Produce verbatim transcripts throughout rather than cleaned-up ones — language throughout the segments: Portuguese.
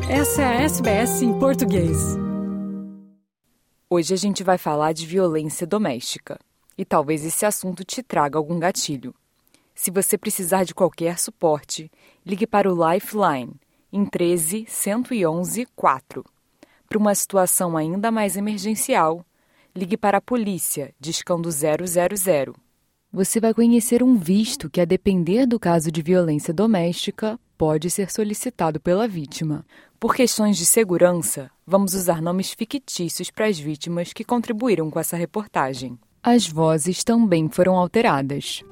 Essa é a S B S em português. Hoje a gente vai falar de violência doméstica. E talvez esse assunto te traga algum gatilho. Se você precisar de qualquer suporte, ligue para o Lifeline em treze, cento e onze, quatro. Para uma situação ainda mais emergencial, ligue para a polícia, discando zero zero zero. Você vai conhecer um visto que, a depender do caso de violência doméstica, pode ser solicitado pela vítima. Por questões de segurança, vamos usar nomes fictícios para as vítimas que contribuíram com essa reportagem. As vozes também foram alteradas.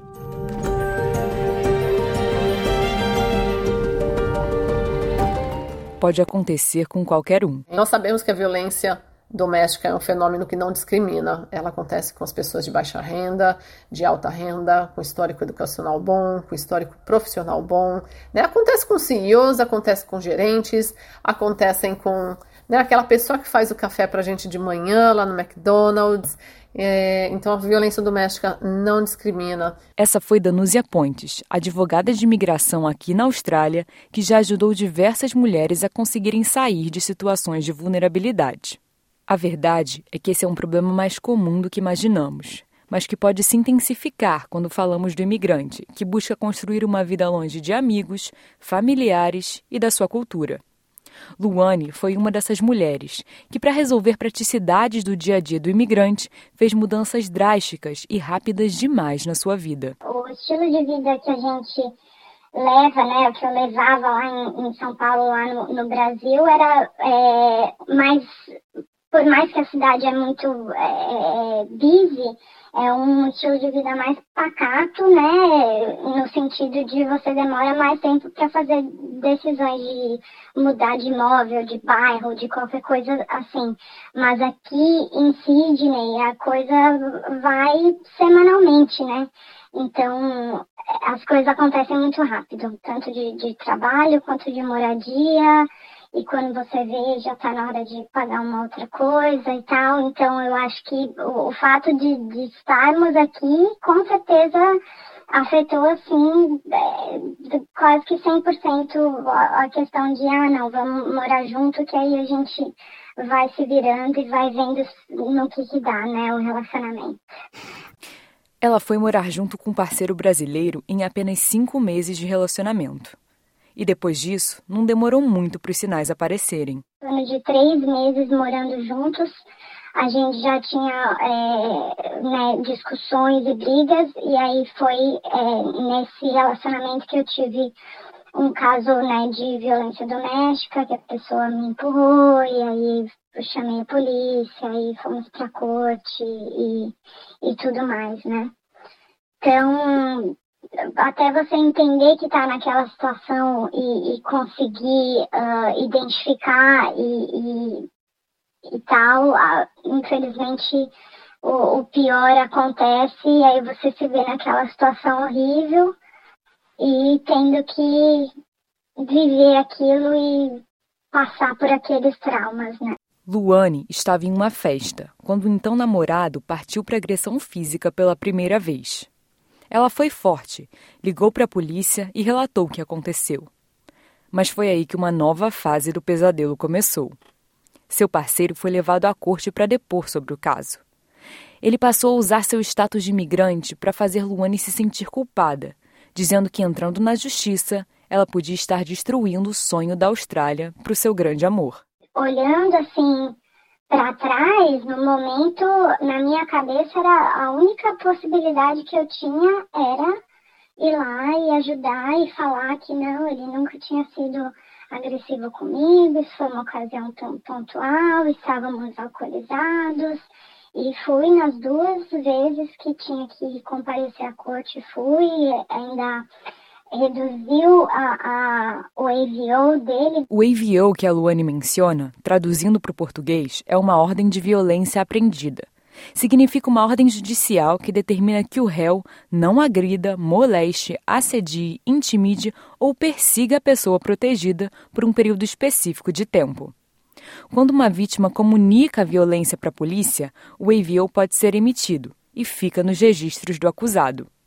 Pode acontecer com qualquer um. Nós sabemos que a violência doméstica é um fenômeno que não discrimina. Ela acontece com as pessoas de baixa renda, de alta renda, com histórico educacional bom, com histórico profissional bom. Né? Acontece com C E Os, acontece com gerentes, acontecem com, né, aquela pessoa que faz o café pra gente de manhã lá no McDonald's. É, então a violência doméstica não discrimina. Essa foi Danúzia Pontes, advogada de imigração aqui na Austrália, que já ajudou diversas mulheres a conseguirem sair de situações de vulnerabilidade. A verdade é que esse é um problema mais comum do que imaginamos, mas que pode se intensificar quando falamos do imigrante, que busca construir uma vida longe de amigos, familiares e da sua cultura. Luane foi uma dessas mulheres que, para resolver praticidades do dia a dia do imigrante, fez mudanças drásticas e rápidas demais na sua vida. O estilo de vida que a gente leva, né, o que eu levava lá em, em São Paulo, lá no, no Brasil, era é, mais... Por mais que a cidade é muito é, busy, é um estilo de vida mais pacato, né? No sentido de você demora mais tempo para fazer decisões de mudar de imóvel, de bairro, de qualquer coisa assim. Mas aqui em Sydney a coisa vai semanalmente, né? Então as coisas acontecem muito rápido, tanto de, de trabalho quanto de moradia. E quando você vê, já está na hora de pagar uma outra coisa e tal. Então, eu acho que o, o fato de, de estarmos aqui, com certeza, afetou, assim, é, quase que cem por cento a, a questão de, ah, não, vamos morar junto, que aí a gente vai se virando e vai vendo no que que dá, né, o relacionamento. Ela foi morar junto com um parceiro brasileiro em apenas cinco meses de relacionamento. E depois disso, não demorou muito para os sinais aparecerem. No de três meses morando juntos, a gente já tinha é, né, discussões e brigas, e aí foi é, nesse relacionamento que eu tive um caso, né, de violência doméstica, que a pessoa me empurrou, e aí eu chamei a polícia, e fomos pra corte e, e tudo mais, né? Então, até você entender que está naquela situação e, e conseguir uh, identificar e, e, e tal, uh, infelizmente o, o pior acontece e aí você se vê naquela situação horrível e tendo que viver aquilo e passar por aqueles traumas, né? Luane estava em uma festa, quando o então namorado partiu para agressão física pela primeira vez. Ela foi forte, ligou para a polícia e relatou o que aconteceu. Mas foi aí que uma nova fase do pesadelo começou. Seu parceiro foi levado à corte para depor sobre o caso. Ele passou a usar seu status de imigrante para fazer Luane se sentir culpada, dizendo que, entrando na justiça, ela podia estar destruindo o sonho da Austrália para o seu grande amor. Olhando assim para trás, no momento, na minha cabeça, era a única possibilidade que eu tinha era ir lá e ajudar e falar que não, ele nunca tinha sido agressivo comigo, isso foi uma ocasião pontual, estávamos alcoolizados. E fui nas duas vezes que tinha que comparecer à corte, fui, ainda reduziu a, a, o A V O dele. O A V O que a Luane menciona, traduzindo para o português, é uma ordem de violência apreendida. Significa uma ordem judicial que determina que o réu não agrida, moleste, assedie, intimide ou persiga a pessoa protegida por um período específico de tempo. Quando uma vítima comunica a violência para a polícia, o A V O pode ser emitido e fica nos registros do acusado.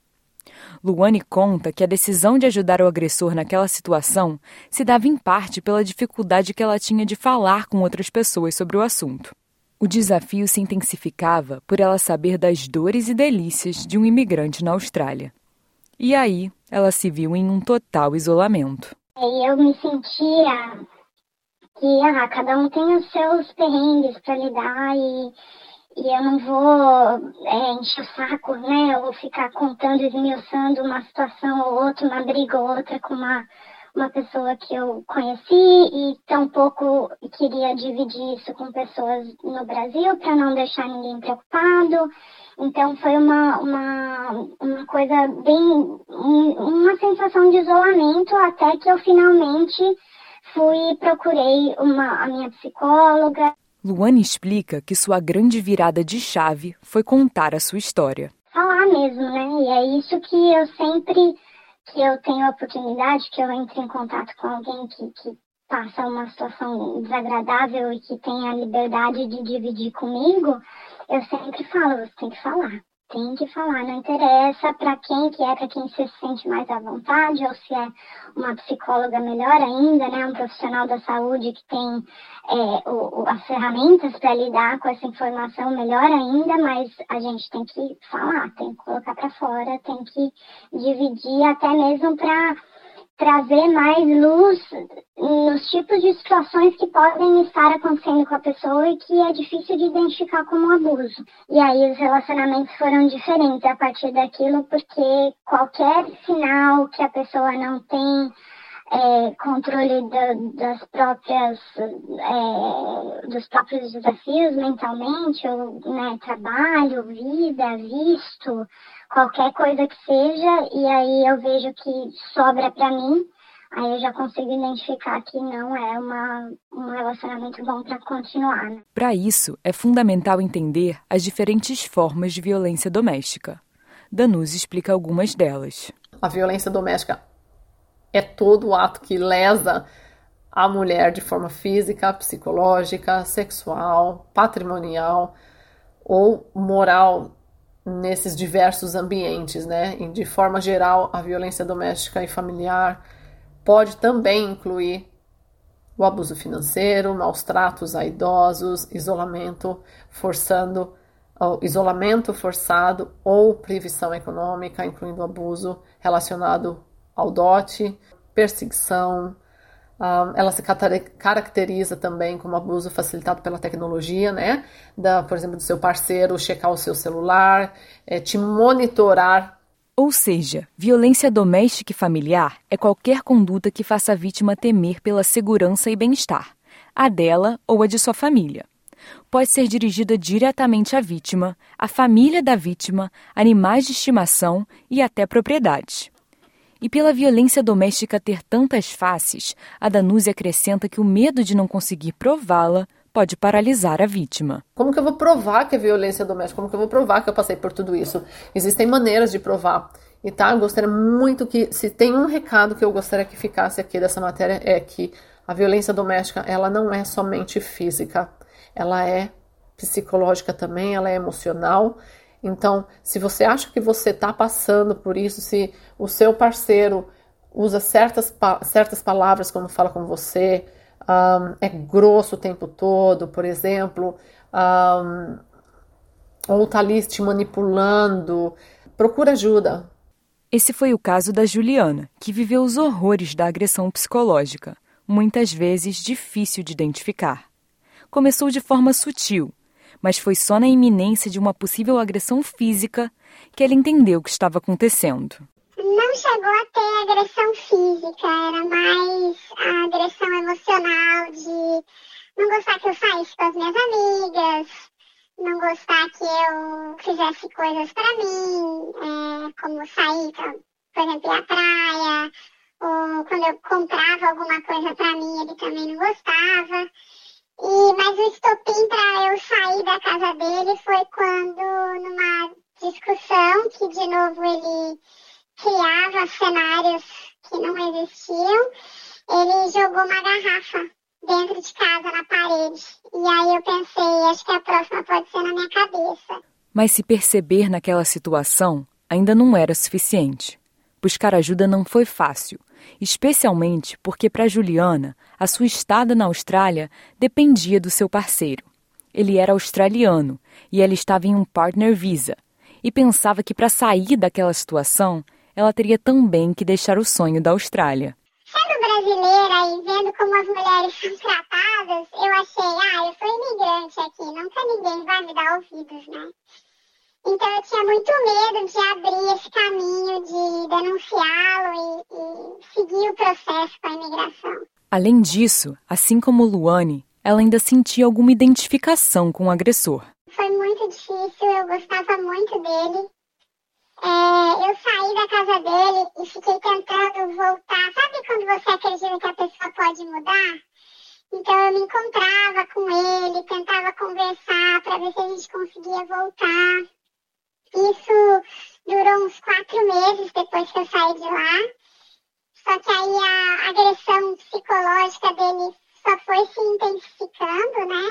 Luane conta que a decisão de ajudar o agressor naquela situação se dava em parte pela dificuldade que ela tinha de falar com outras pessoas sobre o assunto. O desafio se intensificava por ela saber das dores e delícias de um imigrante na Austrália. E aí, ela se viu em um total isolamento. Eu me sentia que ah, cada um tem os seus perrengues para lidar e, e eu não vou é, encher o saco, né? Ou ficar contando, esmiuçando uma situação ou outra, uma briga ou outra com uma, uma pessoa que eu conheci e tampouco queria dividir isso com pessoas no Brasil para não deixar ninguém preocupado. Então foi uma, uma, uma coisa bem, uma sensação de isolamento até que eu finalmente fui e procurei uma, a minha psicóloga. Luane explica que sua grande virada de chave foi contar a sua história. Falar mesmo, né? E é isso que eu sempre, que eu tenho a oportunidade, que eu entro em contato com alguém que, que passa uma situação desagradável e que tem a liberdade de dividir comigo, eu sempre falo, você tem que falar. Tem que falar, não interessa para quem que é, para quem se sente mais à vontade, ou se é uma psicóloga melhor ainda, né, um profissional da saúde que tem é, o, o, as ferramentas para lidar com essa informação melhor ainda, mas a gente tem que falar, tem que colocar para fora, tem que dividir até mesmo para trazer mais luz nos tipos de situações que podem estar acontecendo com a pessoa e que é difícil de identificar como abuso. E aí os relacionamentos foram diferentes a partir daquilo, porque qualquer sinal que a pessoa não tem é, controle da, das próprias, é, dos próprios desafios mentalmente, ou né, trabalho, vida, visto, qualquer coisa que seja, e aí eu vejo que sobra para mim, aí eu já consigo identificar que não é uma, um relacionamento bom para continuar. Né? Para isso, é fundamental entender as diferentes formas de violência doméstica. Danusa explica algumas delas. A violência doméstica é todo ato que lesa a mulher de forma física, psicológica, sexual, patrimonial ou moral, nesses diversos ambientes, né? E de forma geral, a violência doméstica e familiar pode também incluir o abuso financeiro, maus tratos a idosos, isolamento forçando, isolamento forçado ou proibição econômica, incluindo abuso relacionado ao dote, perseguição. Um, ela se caracteriza também como abuso facilitado pela tecnologia, né? Da, por exemplo, do seu parceiro checar o seu celular, é, te monitorar. Ou seja, violência doméstica e familiar é qualquer conduta que faça a vítima temer pela segurança e bem-estar, a dela ou a de sua família. Pode ser dirigida diretamente à vítima, à família da vítima, animais de estimação e até propriedades. E pela violência doméstica ter tantas faces, a Danusa acrescenta que o medo de não conseguir prová-la pode paralisar a vítima. Como que eu vou provar que é violência doméstica? Como que eu vou provar que eu passei por tudo isso? Existem maneiras de provar. E tá, eu gostaria muito que, se tem um recado que eu gostaria que ficasse aqui dessa matéria, é que a violência doméstica, ela não é somente física. Ela é psicológica também, ela é emocional. Então, se você acha que você está passando por isso, se o seu parceiro usa certas, certas palavras quando fala com você, um, é grosso o tempo todo, por exemplo, um, ou está ali te manipulando, procura ajuda. Esse foi o caso da Juliana, que viveu os horrores da agressão psicológica, muitas vezes difícil de identificar. Começou de forma sutil, mas foi só na iminência de uma possível agressão física que ela entendeu o que estava acontecendo. Não chegou a ter agressão física, era mais a agressão emocional de não gostar que eu saísse com as minhas amigas, não gostar que eu fizesse coisas para mim, é, como sair, por exemplo, ir à praia, ou quando eu comprava alguma coisa para mim, ele também não gostava. E, mas o estopim para eu sair da casa dele foi quando, numa discussão, que de novo ele criava cenários que não existiam, ele jogou uma garrafa dentro de casa, na parede. E aí eu pensei, acho que a próxima pode ser na minha cabeça. Mas se perceber naquela situação, ainda não era suficiente. Buscar ajuda não foi fácil, especialmente porque para Juliana, a sua estada na Austrália dependia do seu parceiro. Ele era australiano e ela estava em um partner visa e pensava que para sair daquela situação, ela teria também que deixar o sonho da Austrália. Sendo brasileira e vendo como as mulheres são tratadas, eu achei, ah, eu sou imigrante aqui, nunca ninguém vai me dar ouvidos, né? Então eu tinha muito medo de abrir esse caminho, de denunciá-lo e, e seguir o processo com a imigração. Além disso, assim como Luane, ela ainda sentia alguma identificação com o agressor. Foi muito difícil, eu gostava muito dele. É, eu saí da casa dele e fiquei tentando voltar. Sabe quando você acredita que a pessoa pode mudar? Então eu me encontrava com ele, tentava conversar para ver se a gente conseguia voltar. Isso durou uns quatro meses depois que eu saí de lá. Só que aí a agressão psicológica dele só foi se intensificando, né?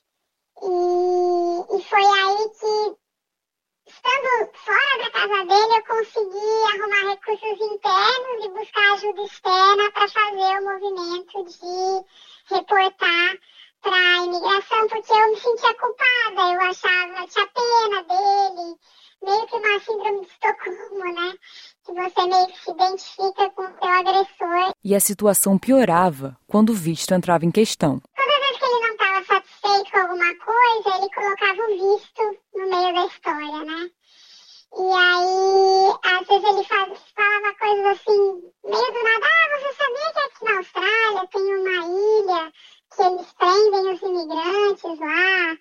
E, e foi aí que, estando fora da casa dele, eu consegui arrumar recursos internos e buscar ajuda externa para fazer o movimento de reportar para a imigração, porque eu me sentia culpada, eu achava, eu tinha pena dele, meio que uma síndrome de Estocolmo, né? Que você meio que se identifica com o seu agressor. E a situação piorava quando o visto entrava em questão. Toda vez que ele não estava satisfeito com alguma coisa, ele colocava o visto no meio da história, né? E aí, às vezes ele faz, falava coisas assim, meio do nada, ah, você sabia que aqui na Austrália tem uma ilha que eles prendem os imigrantes lá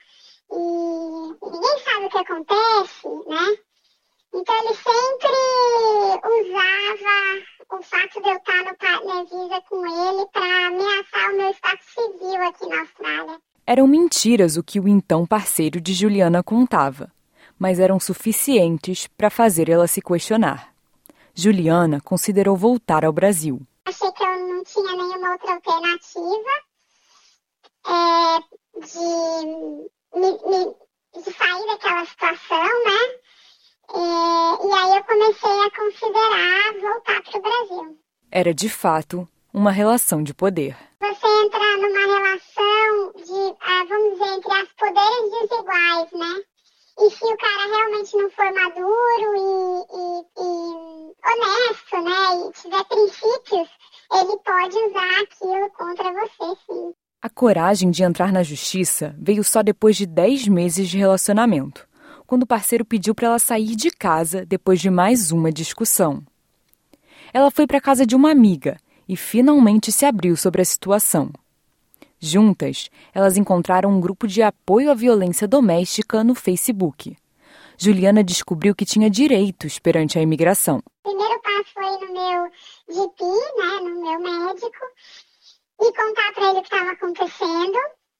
e ninguém sabe o que acontece, né? Então ele sempre usava o fato de eu estar no partner visa com ele para ameaçar o meu status civil aqui na Austrália. Eram mentiras o que o então parceiro de Juliana contava, mas eram suficientes para fazer ela se questionar. Juliana considerou voltar ao Brasil. Achei que eu não tinha nenhuma outra alternativa é, de, me, me, de sair daquela situação, né? É, e aí eu comecei a considerar voltar para o Brasil. Era, de fato, uma relação de poder. Você entra numa relação de, ah, vamos dizer, entre as poderes desiguais, né? E se o cara realmente não for maduro e, e, e honesto, né? E tiver princípios, ele pode usar aquilo contra você, sim. A coragem de entrar na justiça veio só depois de dez meses de relacionamento, quando o parceiro pediu para ela sair de casa depois de mais uma discussão. Ela foi para a casa de uma amiga e finalmente se abriu sobre a situação. Juntas, elas encontraram um grupo de apoio à violência doméstica no Facebook. Juliana descobriu que tinha direitos perante a imigração. O primeiro passo foi no meu G P, né, no meu médico, e contar para ele o que estava acontecendo.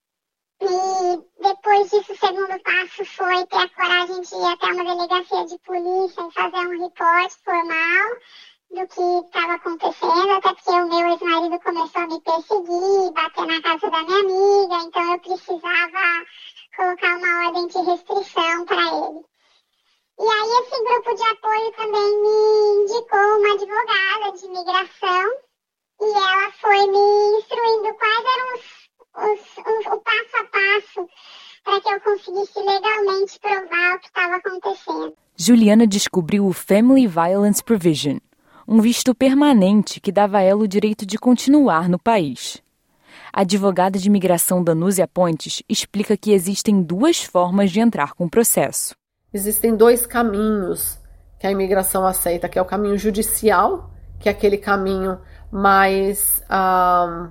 E depois disso, o segundo passo foi ter a coragem de ir até uma delegacia de polícia e fazer um reporte formal do que estava acontecendo, até porque o meu ex-marido começou a me perseguir, bater na casa da minha amiga, então eu precisava colocar uma ordem de restrição para ele. E aí esse grupo de apoio também me indicou uma advogada de imigração e ela foi me instruindo quais eram os Os, os, o passo a passo para que eu conseguisse legalmente provar o que estava acontecendo. Juliana descobriu o Family Violence Provision, um visto permanente que dava a ela o direito de continuar no país. A advogada de imigração Danúzia Pontes explica que existem duas formas de entrar com o processo. Existem dois caminhos que a imigração aceita, que é o caminho judicial, que é aquele caminho mais ah,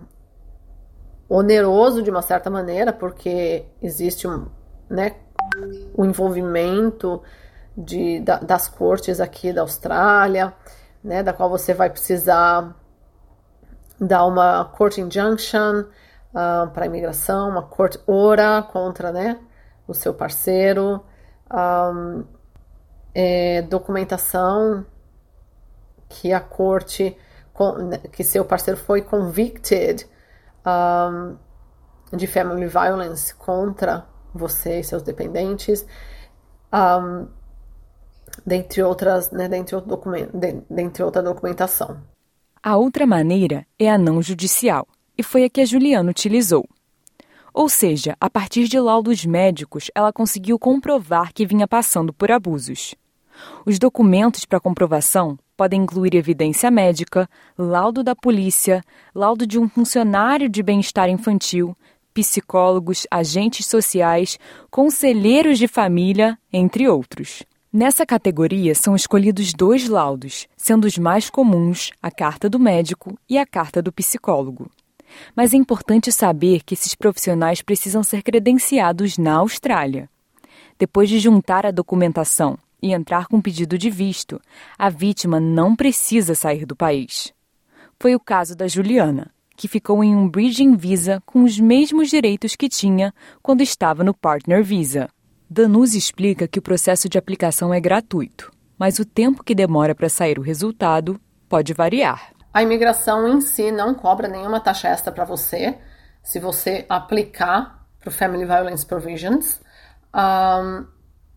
oneroso de uma certa maneira, porque existe um, né, o envolvimento de, da, das cortes aqui da Austrália, né, da qual você vai precisar dar uma court injunction uh, para a imigração, uma court order contra, né, o seu parceiro, um, é, documentação que a corte, que seu parceiro foi convicted um, de family violence contra você e seus dependentes. Um, dentre outras, né, dentre, outro document, dentre outra documentação. A outra maneira é a não judicial, e foi a que a Juliana utilizou. Ou seja, a partir de laudos médicos, ela conseguiu comprovar que vinha passando por abusos. Os documentos para comprovação podem incluir evidência médica, laudo da polícia, laudo de um funcionário de bem-estar infantil, psicólogos, agentes sociais, conselheiros de família, entre outros. Nessa categoria são escolhidos dois laudos, sendo os mais comuns a carta do médico e a carta do psicólogo. Mas é importante saber que esses profissionais precisam ser credenciados na Austrália. Depois de juntar a documentação e entrar com pedido de visto, a vítima não precisa sair do país. Foi o caso da Juliana, que ficou em um Bridging Visa com os mesmos direitos que tinha quando estava no Partner Visa. Danusi explica que o processo de aplicação é gratuito, mas o tempo que demora para sair o resultado pode variar. A imigração em si não cobra nenhuma taxa extra para você se você aplicar para o Family Violence Provisions. Um,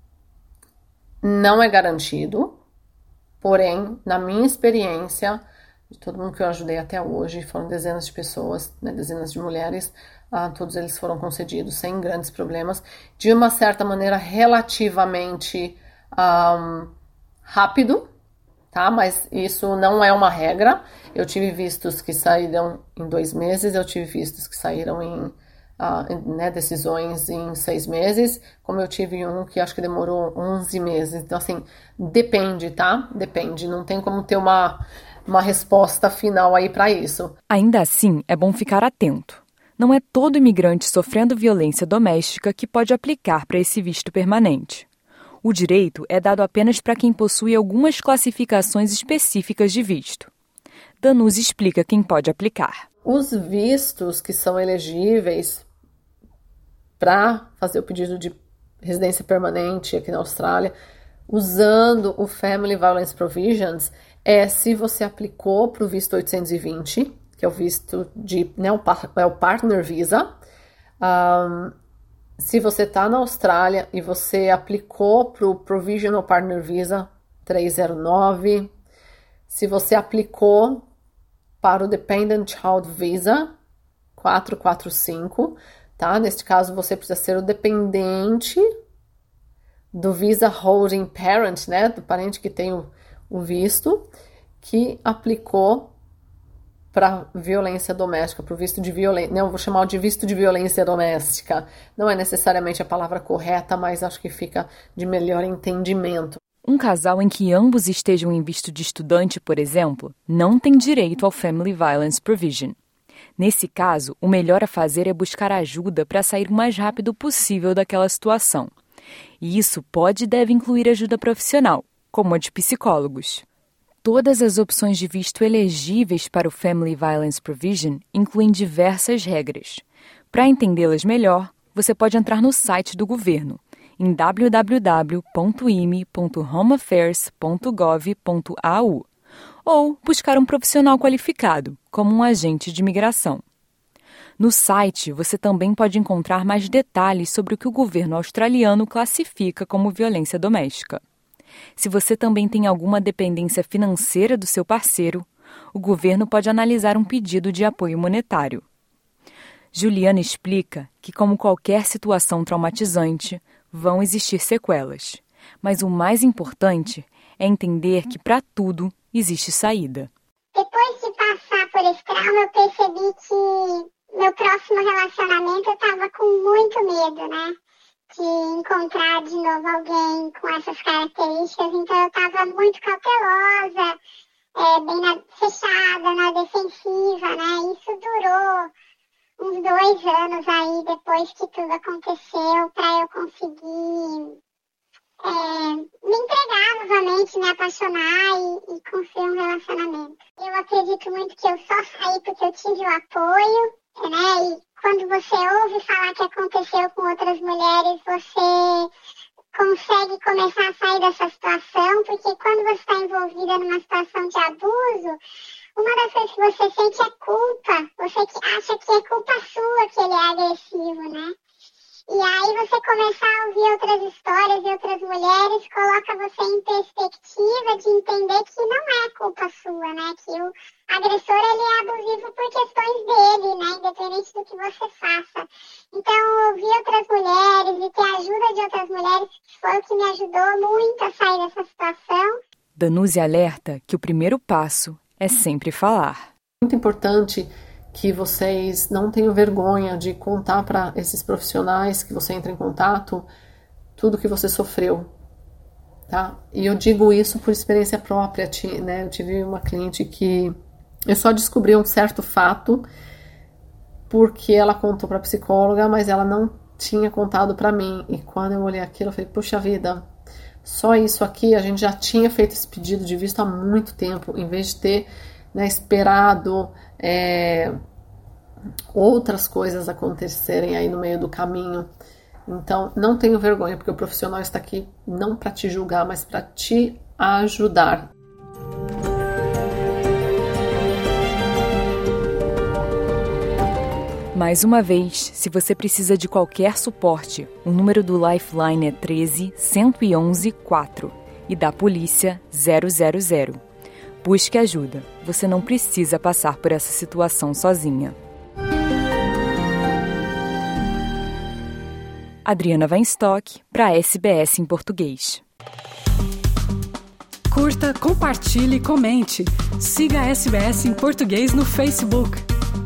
não é garantido, porém, na minha experiência, de todo mundo que eu ajudei até hoje, foram dezenas de pessoas, né, dezenas de mulheres, uh, todos eles foram concedidos sem grandes problemas, de uma certa maneira relativamente um, rápido, tá? Mas isso não é uma regra. Eu tive vistos que saíram em dois meses, eu tive vistos que saíram em uh, né, decisões em seis meses, como eu tive um que acho que demorou onze meses. Então, assim, depende, tá? Depende, não tem como ter uma... uma resposta final aí para isso. Ainda assim, é bom ficar atento. Não é todo imigrante sofrendo violência doméstica que pode aplicar para esse visto permanente. O direito é dado apenas para quem possui algumas classificações específicas de visto. Danusi explica quem pode aplicar. Os vistos que são elegíveis para fazer o pedido de residência permanente aqui na Austrália, usando o Family Violence Provisions, é se você aplicou para o visto oitocentos e vinte, que é o visto de, né, o, é o Partner Visa. Um, se você está na Austrália e você aplicou para o Provisional Partner Visa trezentos e nove, se você aplicou para o Dependent Child Visa quatrocentos e quarenta e cinco, tá? Neste caso, você precisa ser o dependente do Visa Holding Parent, né? Do parente que tem o o visto, que aplicou para violência doméstica, para o visto de violência, não, eu vou chamar de visto de violência doméstica. Não é necessariamente a palavra correta, mas acho que fica de melhor entendimento. Um casal em que ambos estejam em visto de estudante, por exemplo, não tem direito ao Family Violence Provision. Nesse caso, o melhor a fazer é buscar ajuda para sair o mais rápido possível daquela situação. E isso pode e deve incluir ajuda profissional, como a de psicólogos. Todas as opções de visto elegíveis para o Family Violence Provision incluem diversas regras. Para entendê-las melhor, você pode entrar no site do governo, em w w w ponto i m e ponto home affairs ponto gov ponto a u, ou buscar um profissional qualificado, como um agente de imigração. No site, você também pode encontrar mais detalhes sobre o que o governo australiano classifica como violência doméstica. Se você também tem alguma dependência financeira do seu parceiro, o governo pode analisar um pedido de apoio monetário. Juliana explica que, como qualquer situação traumatizante, vão existir sequelas. Mas o mais importante é entender que, para tudo, existe saída. Depois de passar por esse trauma, eu percebi que meu próximo relacionamento eu estava com muito medo, né? De encontrar de novo alguém com essas características, então eu estava muito cautelosa, é, bem na, fechada, na defensiva, né? Isso durou uns dois anos aí, depois que tudo aconteceu, para eu conseguir é, me entregar novamente, me apaixonar e, e construir um relacionamento. Eu acredito muito que eu só saí porque eu tive o apoio, né? E quando você ouve falar que aconteceu com outras mulheres, você consegue começar a sair dessa situação, porque quando você está envolvida numa situação de abuso, uma das coisas que você sente é culpa. Você acha que é culpa sua que ele é agressivo, né? E aí você começar a ouvir outras histórias e outras mulheres coloca você em perspectiva de entender que não é culpa sua, né? Que o agressor, ele é abusivo por questões dele, né? Independente do que você faça. Então, ouvir outras mulheres e ter a ajuda de outras mulheres foi o que me ajudou muito a sair dessa situação. Danuzia alerta que o primeiro passo é sempre falar. Muito importante que vocês não tenham vergonha de contar para esses profissionais que você entra em contato tudo que você sofreu, tá? E eu digo isso por experiência própria, né? Eu tive uma cliente que eu só descobri um certo fato porque ela contou para a psicóloga, mas ela não tinha contado para mim. E quando eu olhei aquilo, eu falei, puxa vida, só isso aqui, a gente já tinha feito esse pedido de visto há muito tempo, em vez de ter, né, esperado é, outras coisas acontecerem aí no meio do caminho. Então, não tenho vergonha, porque o profissional está aqui não para te julgar, mas para te ajudar. Mais uma vez, se você precisa de qualquer suporte, o número do Lifeline é treze, cento e onze, quatro e da polícia zero zero zero. Busque ajuda, você não precisa passar por essa situação sozinha. Adriana Weinstock, para a S B S em português. Curta, compartilhe, comente. Siga a S B S em português no Facebook.